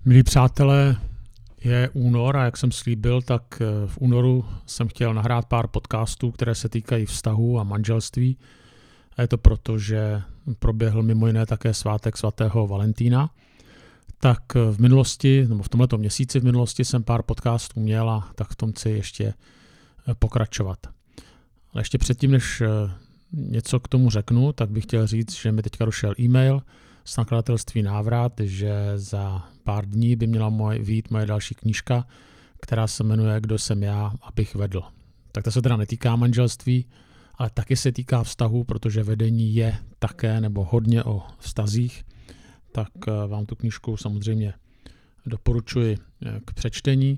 Milí přátelé, je únor a jak jsem slíbil, tak v únoru jsem chtěl nahrát pár podcastů, které se týkají vztahů a manželství. A je to proto, že proběhl mimo jiné také svátek svatého Valentína. Tak v minulosti, nebo v tomto měsíci v minulosti jsem pár podcastů měl a tak v tom chci ještě pokračovat. Ale ještě předtím, než něco k tomu řeknu, tak bych chtěl říct, že mi teďka došel e-mail z nakladatelství Návrat, že za pár dní by měla vyjít moje další knížka, která se jmenuje Kdo jsem já, abych vedl. Tak to se teda netýká manželství, ale taky se týká vztahu, protože vedení je také nebo hodně o vztazích. Tak vám tu knížku samozřejmě doporučuji k přečtení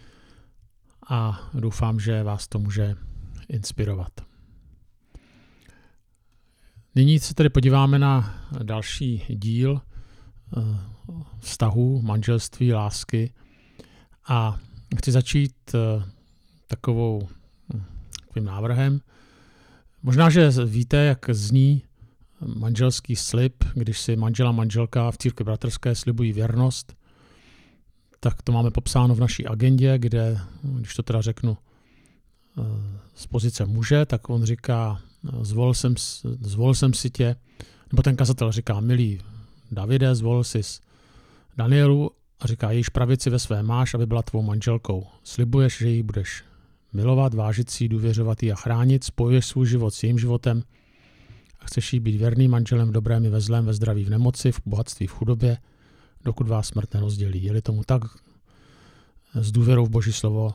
a doufám, že vás to může inspirovat. Nyní se tedy podíváme na další díl vztahu, manželství, lásky a chci začít takovým návrhem. Možná, že víte, jak zní manželský slib, když si manžel a manželka v církvi bratrské slibují věrnost, tak to máme popsáno v naší agendě, kde, když to teda řeknu z pozice muže, tak on říká, zvolil jsem si tě, nebo ten kazatel říká, milý Davide, zvolil jsi Danielu a říká, jejíž pravici ve své máš, aby byla tvou manželkou. Slibuješ, že ji budeš milovat, vážit si, důvěřovat jí a chránit, spojuješ svůj život s jejím životem a chceš jí být věrným manželem v dobrém i ve zlém, ve zdraví, v nemoci, v bohatství, v chudobě, dokud vás smrt nerozdělí. Je-li tomu tak, s důvěrou v Boží slovo,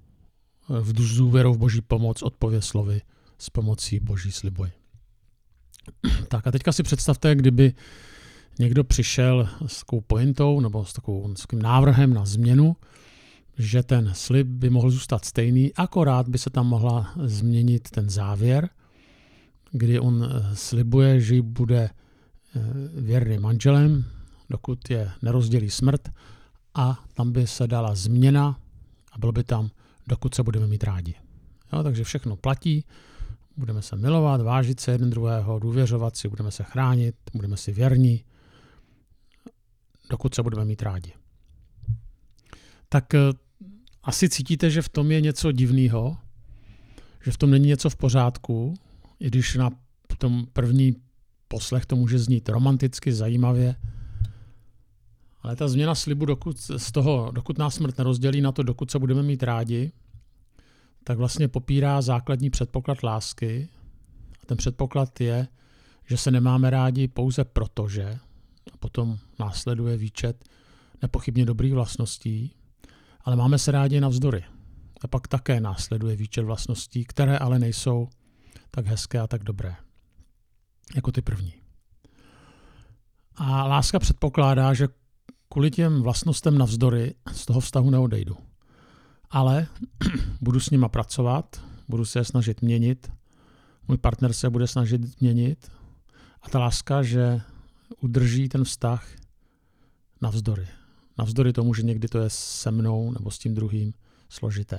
s důvěrou v Boží pomoc, odpověz slovy, s pomocí Boží slibuj. Tak a teďka si představte, kdyby někdo přišel s takovou pointou nebo s takovým návrhem na změnu, že ten slib by mohl zůstat stejný, akorát by se tam mohla změnit ten závěr, kdy on slibuje, že bude věrným manželem, dokud je nerozdělí smrt, a tam by se dala změna a bylo by tam, dokud se budeme mít rádi. Jo, takže všechno platí, budeme se milovat, vážit se jeden druhého, důvěřovat si, budeme se chránit, budeme si věrní, dokud se budeme mít rádi. Tak asi cítíte, že v tom je něco divného, že v tom není něco v pořádku, i když na tom první poslech to může znít romanticky, zajímavě, ale ta změna slibu, dokud nás smrt nerozdělí, na to, dokud se budeme mít rádi, tak vlastně popírá základní předpoklad lásky. A ten předpoklad je, že se nemáme rádi pouze protože, a potom následuje výčet nepochybně dobrých vlastností, ale máme se rádi navzdory. A pak také následuje výčet vlastností, které ale nejsou tak hezké a tak dobré, jako ty první. A láska předpokládá, že kvůli těm vlastnostem navzdory z toho vztahu neodejdu. Ale budu s nima pracovat, budu se je snažit měnit, můj partner se bude snažit měnit a ta láska, že udrží ten vztah navzdory. Navzdory tomu, že někdy to je se mnou nebo s tím druhým složité.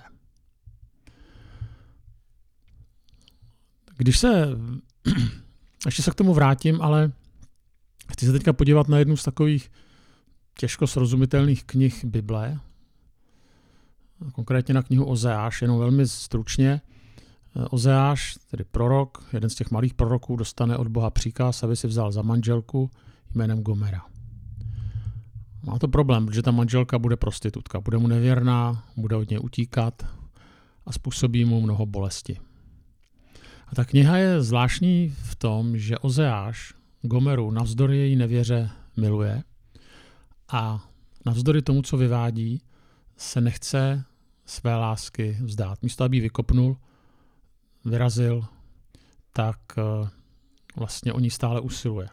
Ještě se k tomu vrátím, ale chci se teďka podívat na jednu z takových těžko srozumitelných knih Bible, konkrétně na knihu Ozeáš, jenom velmi stručně. Ozeáš, tedy prorok, jeden z těch malých proroků, dostane od Boha příkaz, aby si vzal za manželku jménem Gomera. Má to problém, protože ta manželka bude prostitutka, bude mu nevěrná, bude od něj utíkat a způsobí mu mnoho bolesti. A ta kniha je zvláštní v tom, že Ozeáš Gomeru navzdory její nevěře miluje a navzdory tomu, co vyvádí, se nechce své lásky vzdát. Místo, aby ji vykopnul, vyrazil, tak vlastně o ní stále usiluje.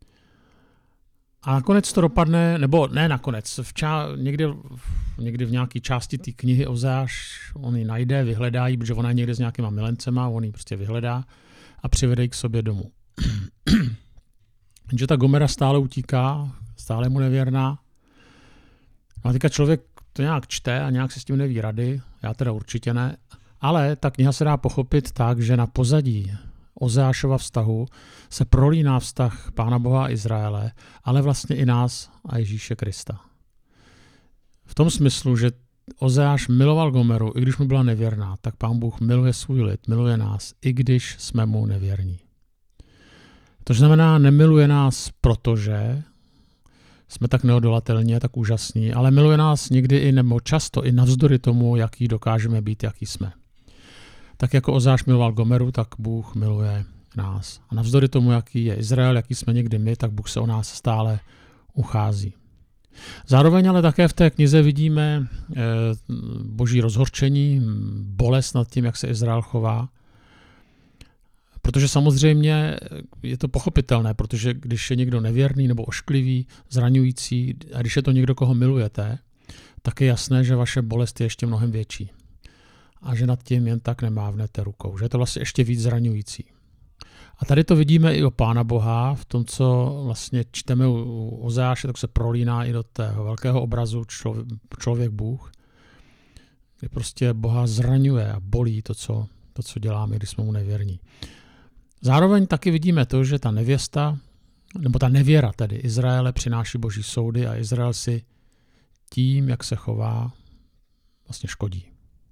A nakonec to dopadne, nebo ne nakonec, někdy v nějaké části té knihy Ozeáš on ji najde, vyhledá ji, protože ona je někde s nějakýma milencema, on ji prostě vyhledá a přivede ji k sobě domů. Jenže ta Gomera stále utíká, stále mu nevěrná. No a teďka člověk to nějak čte a nějak se s tím neví rady, já teda určitě ne, ale ta kniha se dá pochopit tak, že na pozadí Ozeášova vztahu se prolíná vztah Pána Boha a Izraele, ale vlastně i nás a Ježíše Krista. V tom smyslu, že Ozeáš miloval Gomeru, i když mu byla nevěrná, tak Pán Bůh miluje svůj lid, miluje nás, i když jsme mu nevěrní. To znamená, nemiluje nás, protože jsme tak neodolatelní a tak úžasní, ale miluje nás někdy i nebo často i navzdory tomu, jaký dokážeme být, jaký jsme. Tak jako Ozeáš miloval Gomeru, tak Bůh miluje nás. A navzdory tomu, jaký je Izrael, jaký jsme někdy my, tak Bůh se o nás stále uchází. Zároveň ale také v té knize vidíme boží rozhorčení, bolest nad tím, jak se Izrael chová. Protože samozřejmě je to pochopitelné, protože když je někdo nevěrný nebo ošklivý, zraňující, a když je to někdo, koho milujete, tak je jasné, že vaše bolest je ještě mnohem větší. A že nad tím jen tak nemávnete rukou. Že je to vlastně ještě víc zraňující. A tady to vidíme i o Pána Boha, v tom, co vlastně čteme u Ozeáše, tak se prolíná i do tého velkého obrazu člověk Bůh, kdy prostě Boha zraňuje a bolí to, co děláme, když jsme mu nevěrní. Zároveň taky vidíme to, že ta nevěsta, nebo ta nevěra tedy Izraele přináší boží soudy a Izrael si tím, jak se chová, vlastně škodí.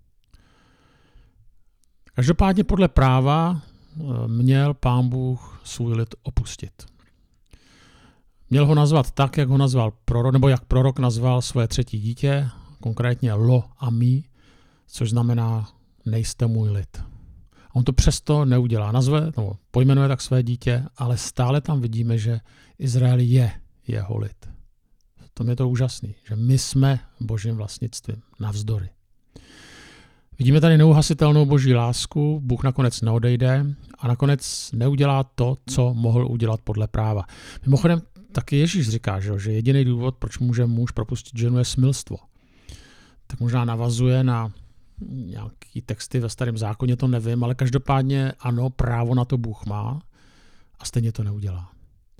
Každopádně podle práva měl Pán Bůh svůj lid opustit. Měl ho nazvat tak, jak ho nazval prorok, nebo jak prorok nazval svoje třetí dítě, konkrétně Lo Ami, což znamená nejste můj lid. A on to přesto neudělá. Nebo pojmenuje tak své dítě, ale stále tam vidíme, že Izrael je jeho lid. V tom je to úžasný, že my jsme božím vlastnictvím navzdory. Vidíme tady neuhasitelnou boží lásku, Bůh nakonec neodejde a nakonec neudělá to, co mohl udělat podle práva. Mimochodem taky Ježíš říká, že jediný důvod, proč může muž propustit ženu, je smilstvo. Tak možná navazuje na nějaký texty ve Starém zákoně, to nevím, ale každopádně ano, právo na to Bůh má a stejně to neudělá.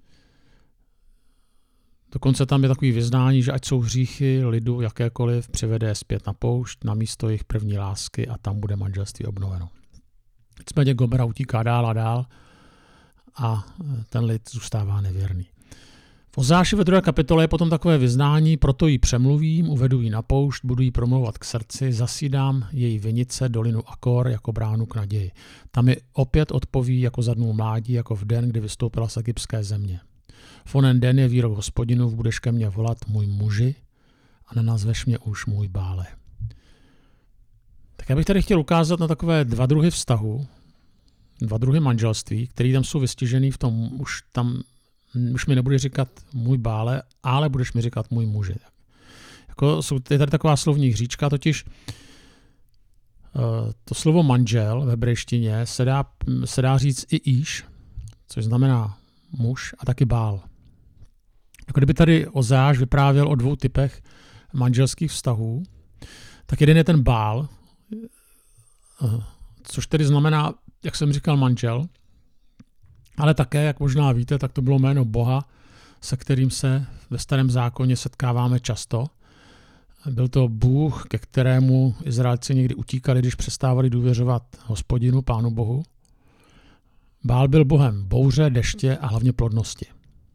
Dokonce tam je takový vyznání, že ať jsou hříchy lidu jakékoliv, přivede je zpět na poušť, na místo jejich první lásky a tam bude manželství obnoveno. Nicméně Gomera utíká dál a dál a ten lid zůstává nevěrný. V Ozeáši ve 2. kapitole je potom takové vyznání, proto ji přemluvím, uvedu ji na poušť, budu ji promlouvat k srdci, zasídám její vinice, dolinu Akor jako bránu k naději. Tam mi opět odpoví jako za dnů mládí, jako v den, kdy vystoupila z egyptské země. V onen den je výrok Hospodinův, budeš ke mně volat můj muži a nenazveš mě už můj bále. Tak já bych tady chtěl ukázat na takové dva druhy vztahu, dva druhy manželství, které tam jsou vystižený v tom, už mi nebudeš říkat můj bále, ale budeš mi říkat můj muži. Je tady taková slovní hříčka, totiž to slovo manžel v hebrejštině se dá říct i íš, což znamená muž a taky bál. Jako kdyby tady Ozeáš vyprávěl o dvou typech manželských vztahů, tak jeden je ten bál, což tedy znamená, jak jsem říkal, manžel, ale také, jak možná víte, tak to bylo jméno Boha, se kterým se ve Starém zákoně setkáváme často. Byl to Bůh, ke kterému Izraelci někdy utíkali, když přestávali důvěřovat Hospodinu, Pánu Bohu. Bál byl bohem bouře, deště a hlavně plodnosti.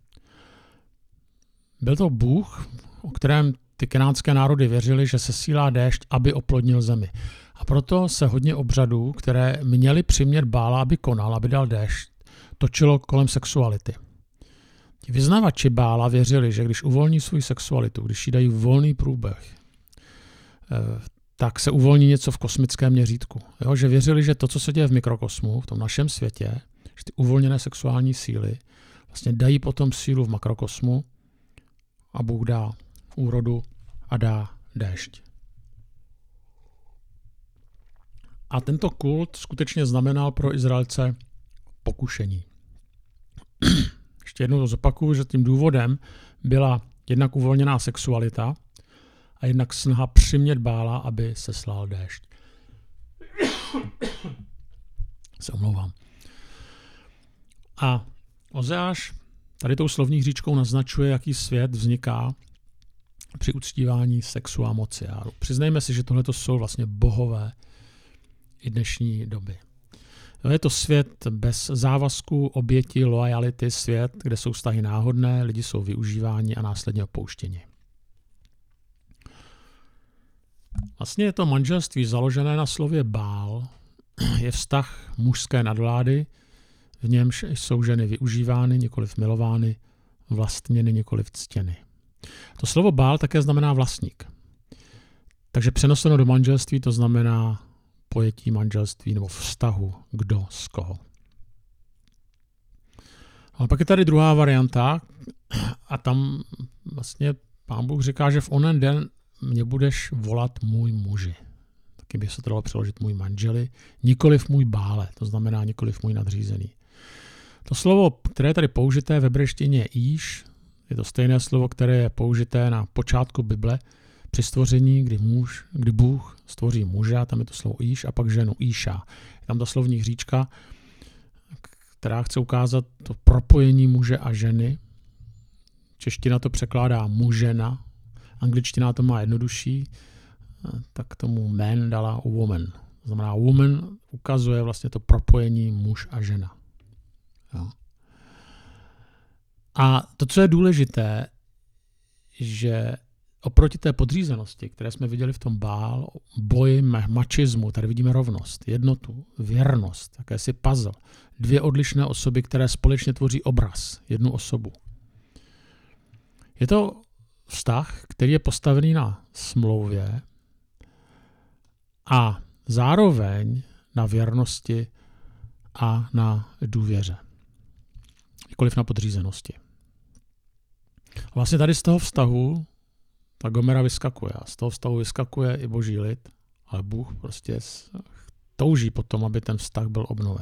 Byl to Bůh, o kterém ty kenánské národy věřili, že sesílá déšť, aby oplodnil zemi. A proto se hodně obřadů, které měly přimět Bála, aby konal, aby dal déšť, točilo kolem sexuality. Ti vyznavači Bála věřili, že když uvolní svou sexualitu, když jí dají volný průběh, tak se uvolní něco v kosmickém měřítku. Jo? Že věřili, že to, co se děje v mikrokosmu, v tom našem světě, že ty uvolněné sexuální síly vlastně dají potom sílu v makrokosmu a Bůh dá úrodu a dá déšť. A tento kult skutečně znamenal pro Izraelce pokušení. Ještě jednou to zopakuju, že tím důvodem byla jednak uvolněná sexualita a jednak snaha přimět Bála, aby seslal déšť. Se omlouvám. A Ozeáš tady tou slovní hříčkou naznačuje, jaký svět vzniká při uctívání sexu a moci. A přiznejme si, že tohle jsou vlastně bohové i dnešní doby. Je to svět bez závazku, oběti, loajality, svět, kde jsou vztahy náhodné, lidi jsou využíváni a následně opouštěni. Vlastně je to manželství založené na slově Bál, je vztah mužské nadvlády, v němž jsou ženy využívány, nikoliv milovány, vlastněny, nikoliv ctěny. To slovo Bál také znamená vlastník. Takže přeneseno do manželství to znamená pojetí manželství nebo vztahu kdo s koho. A pak je tady druhá varianta a tam vlastně Pán Bůh říká, že v onen den mě budeš volat můj muži. Taky by se to dalo přeložit můj manželi, nikoliv můj bále, to znamená nikoliv můj nadřízený. To slovo, které je tady použité v hebrejštině je íš, je to stejné slovo, které je použité na počátku Bible při stvoření, kdy Bůh stvoří muže, tam je to slovo íš, a pak ženu íša. Je tam ta slovní hříčka, která chce ukázat to propojení muže a ženy. Čeština to překládá mužena, angličtina to má jednodušší, tak tomu man dala woman. To znamená, woman ukazuje vlastně to propojení muž a žena. Jo. A to, co je důležité, že oproti té podřízenosti, které jsme viděli v tom Bál, boji, mačismu, tady vidíme rovnost, jednotu, věrnost, jakési puzzle. Dvě odlišné osoby, které společně tvoří obraz, jednu osobu. Je to vztah, který je postavený na smlouvě a zároveň na věrnosti a na důvěře. Nikoliv na podřízenosti. Vlastně tady z toho vztahu ta Gomera vyskakuje a z toho vztahu vyskakuje i boží lid, ale Bůh prostě touží potom, aby ten vztah byl obnoven.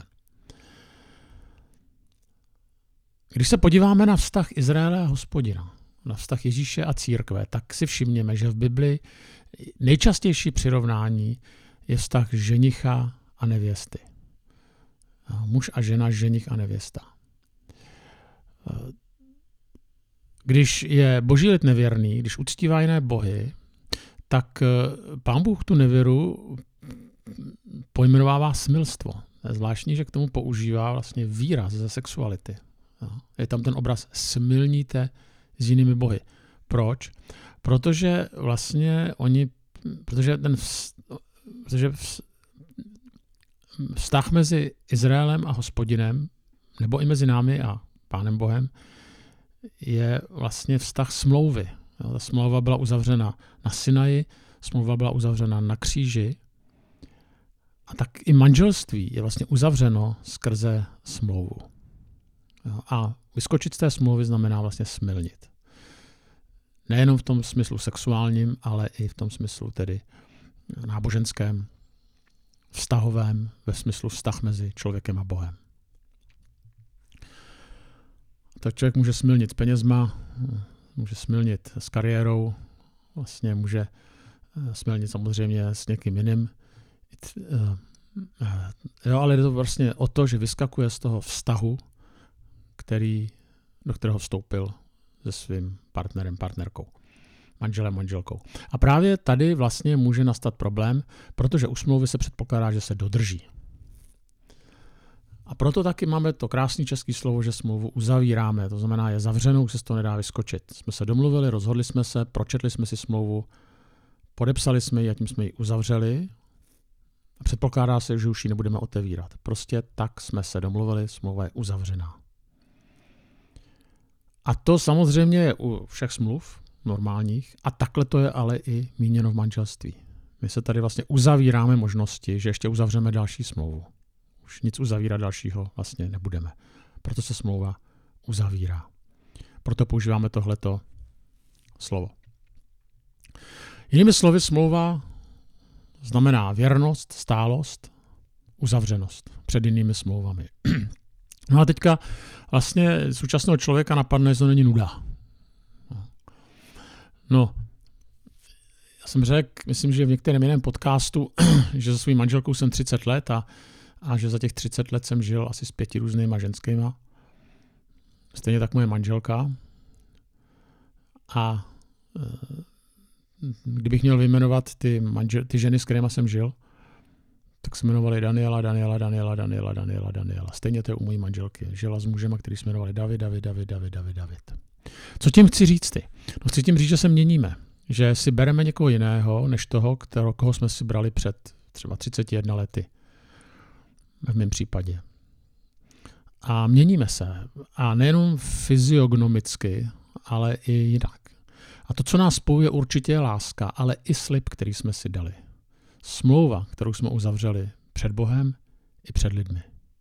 Když se podíváme na vztah Izraele a Hospodina, na vztah Ježíše a církve, tak si všimněme, že v Bibli nejčastější přirovnání je vztah ženicha a nevěsty. Muž a žena, ženich a nevěsta. Když je boží lid nevěrný, když uctívá jiné bohy, tak Pán Bůh tu nevěru pojmenovává smilstvo. Je zvláštní, že k tomu používá vlastně výraz ze sexuality. Je tam ten obraz smilníte s jinými bohy. Proč? Protože vlastně protože vztah mezi Izraelem a Hospodinem, nebo i mezi námi a Pánem Bohem, je vlastně vztah smlouvy. Ta smlouva byla uzavřena na Sinaji, smlouva byla uzavřena na kříži a tak i manželství je vlastně uzavřeno skrze smlouvu. A vyskočit z té smlouvy znamená vlastně smilnit. Nejenom v tom smyslu sexuálním, ale i v tom smyslu tedy náboženském, vztahovém, ve smyslu vztah mezi člověkem a Bohem. Tak člověk může smilnit s penězma, může smilnit s kariérou, vlastně může smilnit samozřejmě s někým jiným. Ale je to vlastně o to, že vyskakuje z toho vztahu, do kterého vstoupil se svým partnerem, partnerkou, manželem, manželkou. A právě tady vlastně může nastat problém, protože u smlouvy se předpokládá, že se dodrží. A proto taky máme to krásné české slovo, že smlouvu uzavíráme. To znamená, je zavřenou, už se z toho nedá vyskočit. Jsme se domluvili, rozhodli jsme se, pročetli jsme si smlouvu, podepsali jsme ji a tím jsme ji uzavřeli. A předpokládá se, že už ji nebudeme otevírat. Prostě tak jsme se domluvili, smlouva je uzavřená. A to samozřejmě je u všech smluv normálních a takhle to je ale i míněno v manželství. My se tady vlastně uzavíráme možnosti, že ještě uzavřeme další smlouvu. Už nic uzavírat dalšího vlastně nebudeme. Proto se smlouva uzavírá. Proto používáme tohleto slovo. Jinými slovy, smlouva znamená věrnost, stálost, uzavřenost před jinými smlouvami. No a teďka vlastně současného člověka napadne, že to není nuda. No, já jsem řekl, myslím, že v některém jiném podcastu, že se svou manželkou jsem 30 let a že za těch 30 let jsem žil asi s 5 různýma ženskýma. Stejně tak moje manželka. A kdybych měl vyjmenovat ty ženy, s kterými jsem žil, tak se jmenovali Daniela. Stejně to je u mojí manželky. Žila s mužema, který se jmenovali David. Co tím chci říct ty? No chci tím říct, že se měníme. že si bereme někoho jiného, než toho, koho jsme si brali před třeba 31 lety. V mém případě. A měníme se. A nejenom fyziognomicky, ale i jinak. A to, co nás spojuje, určitě je láska, ale i slib, který jsme si dali. Smlouva, kterou jsme uzavřeli před Bohem i před lidmi.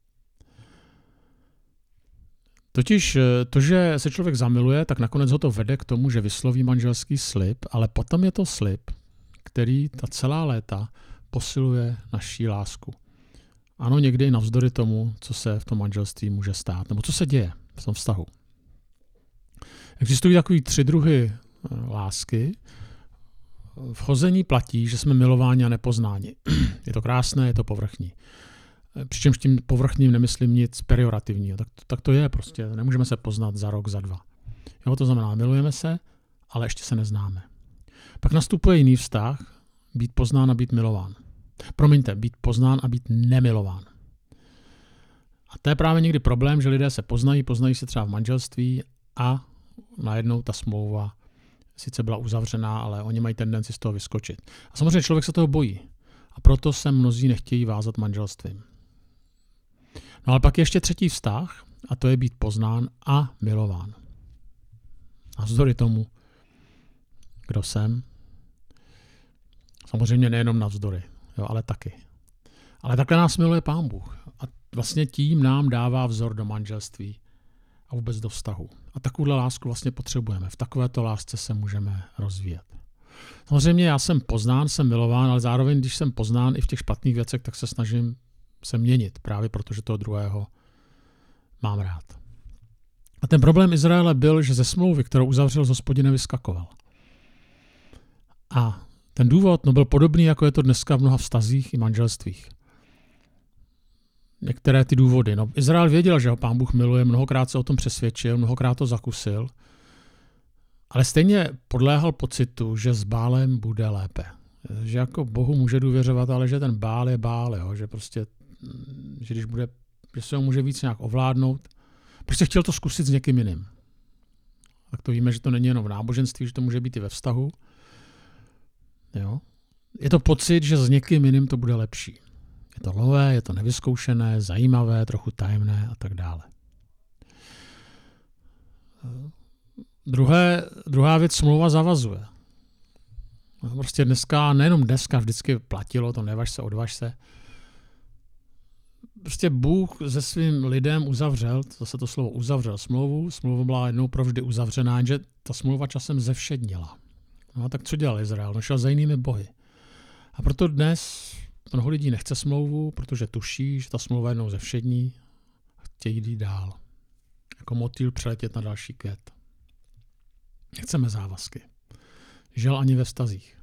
Totiž to, že se člověk zamiluje, tak nakonec ho to vede k tomu, že vysloví manželský slib, ale potom je to slib, který ta celá léta posiluje naší lásku. Ano, někdy i navzdory tomu, co se v tom manželství může stát, nebo co se děje v tom vztahu. Existují takový 3 druhy lásky. V chození platí, že jsme milováni a nepoznáni. Je to krásné, je to povrchní. Přičemž tím povrchním nemyslím nic pejorativního. Tak to je prostě. Nemůžeme se poznat za rok, za 2. Jo, to znamená, milujeme se, ale ještě se neznáme. Pak nastupuje jiný vztah, být poznán a být milován. Promiňte, být poznán a být nemilován. A to je právě někdy problém, že lidé se poznají se třeba v manželství a najednou ta smlouva sice byla uzavřená, ale oni mají tendenci z toho vyskočit. A samozřejmě člověk se toho bojí. A proto se mnozí nechtějí vázat manželstvím. No ale pak je ještě 3. vztah, a to je být poznán a milován. Navzdory tomu, kdo jsem. Samozřejmě nejenom navzdory, jo, ale taky. Ale takhle nás miluje Pán Bůh. A vlastně tím nám dává vzor do manželství a vůbec do vztahu. A takovouhle lásku vlastně potřebujeme. V takovéto lásce se můžeme rozvíjet. Samozřejmě já jsem poznán, jsem milován, ale zároveň, když jsem poznán i v těch špatných věcech, tak se snažím se měnit, právě protože toho druhého mám rád. A ten problém Izraele byl, že ze smlouvy, kterou uzavřel s Hospodinem, vyskakoval. A ten důvod byl podobný, jako je to dneska v mnoha vztazích i manželstvích. Některé ty důvody. Izrael věděl, že ho Pán Bůh miluje, mnohokrát se o tom přesvědčil, mnohokrát to zakusil, ale stejně podléhal pocitu, že s Bálem bude lépe. Že jako Bohu může důvěřovat, ale že ten Bál je Bál, jo? Že prostě, že se ho může víc nějak ovládnout. Prostě chtěl to zkusit s někým jiným. Tak to víme, že to není jenom v náboženství, že to může být i ve vztahu. Jo? Je to pocit, že s někým jiným to bude lepší. Je to nové, je to nevyzkoušené, zajímavé, trochu tajemné a tak dále. Druhá věc, smlouva zavazuje. Prostě dneska, nejenom dneska, vždycky platilo, to nevaž se, odvaž se. Prostě Bůh se svým lidem uzavřel, zase to slovo uzavřel smlouvu, smlouva byla jednou provždy uzavřená, jenže ta smlouva časem zevšednila. No a tak co dělal Izrael? No šel za jinými bohy. A proto dnes mnoho lidí nechce smlouvu, protože tuší, že ta smlouva jednou zevšední a chtějí jít dál. Jako motýl přeletět na další květ. Nechceme závazky. Žel ani ve vztazích.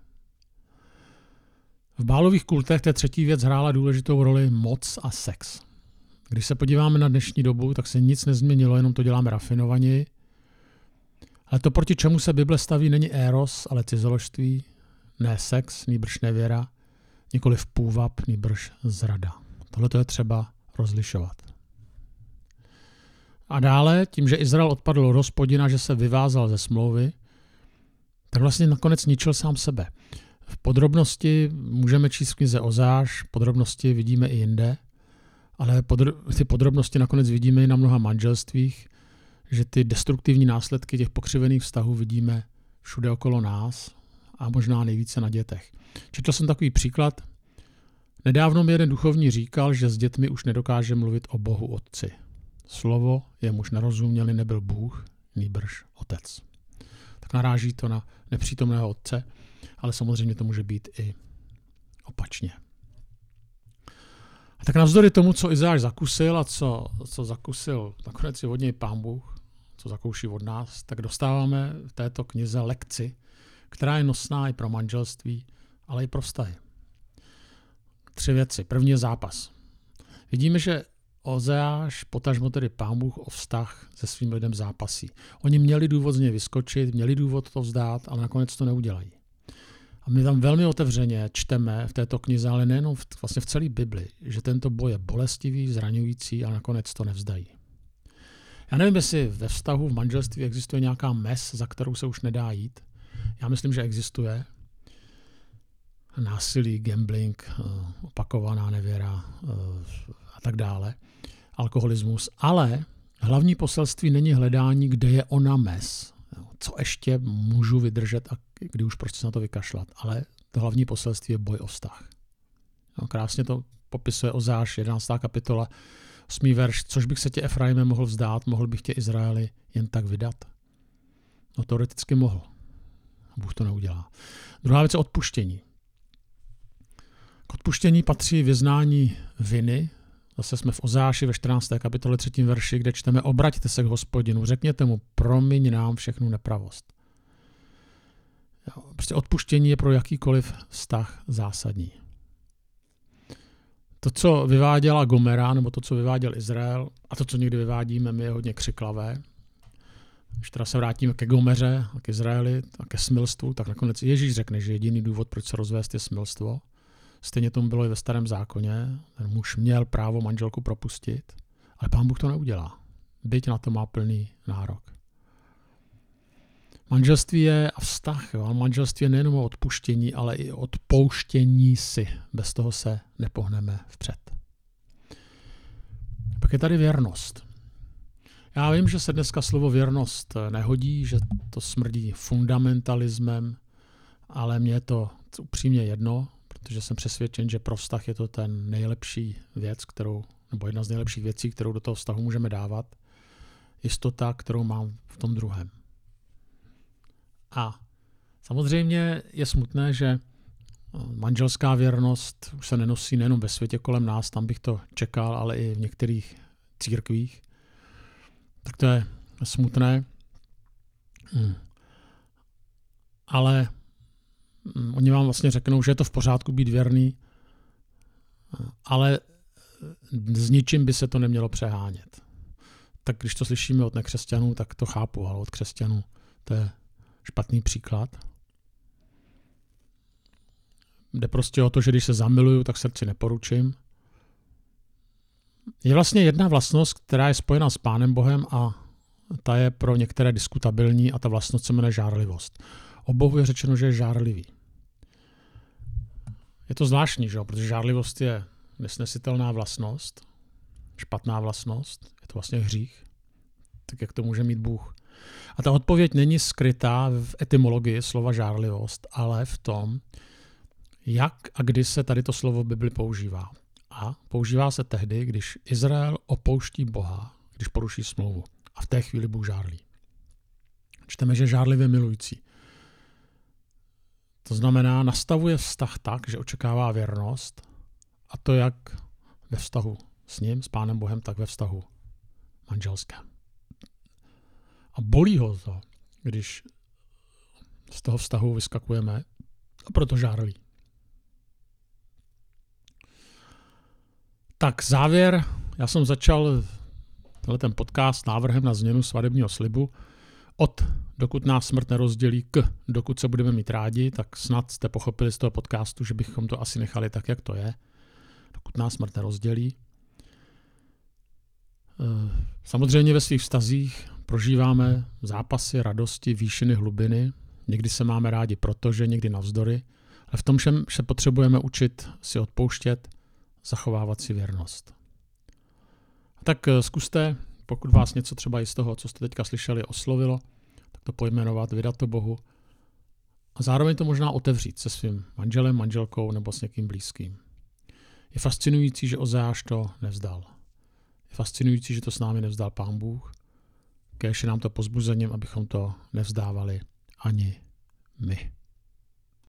V Bálových kultech té 3. věc hrála důležitou roli moc a sex. Když se podíváme na dnešní dobu, tak se nic nezměnilo, jenom to děláme rafinovaněji. Ale to, proti čemu se Bible staví, není éros, ale cizoložství, ne sex, nýbrž nevěra, nikoliv půvab, nýbrž zrada. Tohle to je třeba rozlišovat. A dále, tím, že Izrael odpadl od Hospodina, že se vyvázal ze smlouvy, tak vlastně nakonec ničil sám sebe. V podrobnosti můžeme číst v knize Ozeáš, podrobnosti vidíme i jinde, ale ty podrobnosti nakonec vidíme i na mnoha manželstvích, že ty destruktivní následky těch pokřivených vztahů vidíme všude okolo nás a možná nejvíce na dětech. Četl jsem takový příklad. Nedávno mi jeden duchovní říkal, že s dětmi už nedokáže mluvit o Bohu Otci. Slovo, jemuž nerozuměli, nebyl Bůh, nýbrž Otec. Tak naráží to na nepřítomného Otce, ale samozřejmě to může být i opačně. A tak navzdory tomu, co Izáš zakusil a co zakusil nakonec i od něj Pán Bůh, co zakouší od nás, tak dostáváme v této knize lekci, která je nosná i pro manželství, ale i pro vztahy. 3 věci. První je zápas. Vidíme, že Ozeáš, potažmo tedy Pán Bůh o vztah se svým lidem zápasí. Oni měli důvod z něj vyskočit, měli důvod to vzdát, ale nakonec to neudělají. A my tam velmi otevřeně čteme v této knize, ale nejenom vlastně v celé Bibli, že tento boj je bolestivý, zraňující a nakonec to nevzdají. Já nevím, jestli ve vztahu, v manželství existuje nějaká mez, za kterou se už nedá jít. Já myslím, že existuje. Násilí, gambling, opakovaná nevěra a tak dále. Alkoholismus. Ale hlavní poselství není hledání, kde je ona mez. Co ještě můžu vydržet a kdy už prostě na to vykašlat. Ale to hlavní poselství je boj o vztah. No, krásně to popisuje Ozáš, 11. kapitola, 8. verš. Což bych se tě, Efraime, mohl vzdát, mohl bych tě, Izraeli, jen tak vydat? No teoreticky mohl. Bůh to neudělá. Druhá věc je odpuštění. K odpuštění patří vyznání viny. Zase jsme v Ozáši ve 14. kapitole 3. verši, kde čteme: obraťte se k Hospodinu, řekněte mu, promiň nám všechnu nepravost. Prostě odpuštění je pro jakýkoliv vztah zásadní. To, co vyváděla Gomera, nebo to, co vyváděl Izrael, a to, co někdy vyvádíme, my je hodně křiklavé. Když teda se vrátíme ke Gomeře a k Izraeli a ke smilstvu, tak nakonec Ježíš řekne, že jediný důvod, proč se rozvést, je smilstvo. Stejně tomu bylo i ve Starém zákoně. Ten muž měl právo manželku propustit, ale Pán Bůh to neudělá. Byť na to má plný nárok. Manželství je a vztah. Jo? Manželství je nejenom o odpuštění, ale i odpouštění si. Bez toho se nepohneme vpřed. Pak je tady věrnost. Já vím, že se dneska slovo věrnost nehodí, že to smrdí fundamentalismem, ale mně je to upřímně jedno, protože jsem přesvědčen, že pro vztah je to ten nejlepší věc, nebo jedna z nejlepších věcí, kterou do toho vztahu můžeme dávat. Jistota, kterou mám v tom druhém. A samozřejmě je smutné, že manželská věrnost už se nenosí nejenom ve světě kolem nás, tam bych to čekal, ale i v některých církvích. Tak to je smutné. Ale oni vám vlastně řeknou, že je to v pořádku být věrný, ale s ničím by se to nemělo přehánět. Tak když to slyšíme od nekřesťanů, tak to chápu, ale od křesťanů to je špatný příklad. Jde prostě o to, že když se zamiluju, tak srdci neporučím. Je vlastně jedna vlastnost, která je spojena s Pánem Bohem a ta je pro některé diskutabilní a ta vlastnost se jmenuje žárlivost. O Bohu je řečeno, že je žárlivý. Je to zvláštní, že? Protože žárlivost je nesnesitelná vlastnost, špatná vlastnost, je to vlastně hřích. Tak jak to může mít Bůh? A ta odpověď není skrytá v etymologii slova žárlivost, ale v tom, jak a kdy se tady to slovo v Bibli používá. A používá se tehdy, když Izrael opouští Boha, když poruší smlouvu. A v té chvíli Bůh žárlí. Čteme, že žárlivě milující. To znamená, nastavuje vztah tak, že očekává věrnost, a to jak ve vztahu s ním, s Pánem Bohem, tak ve vztahu manželském. A bolí ho to, když z toho vztahu vyskakujeme, a proto žárlí. Tak závěr, já jsem začal ten podcast návrhem na změnu svatebního slibu od dokud nás smrt nerozdělí k dokud se budeme mít rádi, tak snad jste pochopili z toho podcastu, že bychom to asi nechali tak, jak to je. Dokud nás smrt nerozdělí. Samozřejmě ve svých vztazích prožíváme zápasy, radosti, výšiny, hlubiny. Někdy se máme rádi protože, někdy navzdory. Ale v tom všem se potřebujeme učit si odpouštět, zachovávat si věrnost. Tak zkuste, pokud vás něco třeba i z toho, co jste teďka slyšeli, oslovilo, tak to pojmenovat, vydat to Bohu a zároveň to možná otevřít se svým manželem, manželkou nebo s někým blízkým. Je fascinující, že Ozáš to nevzdal. Je fascinující, že to s námi nevzdal Pán Bůh. Kéž je nám to povzbuzením, abychom to nevzdávali ani my.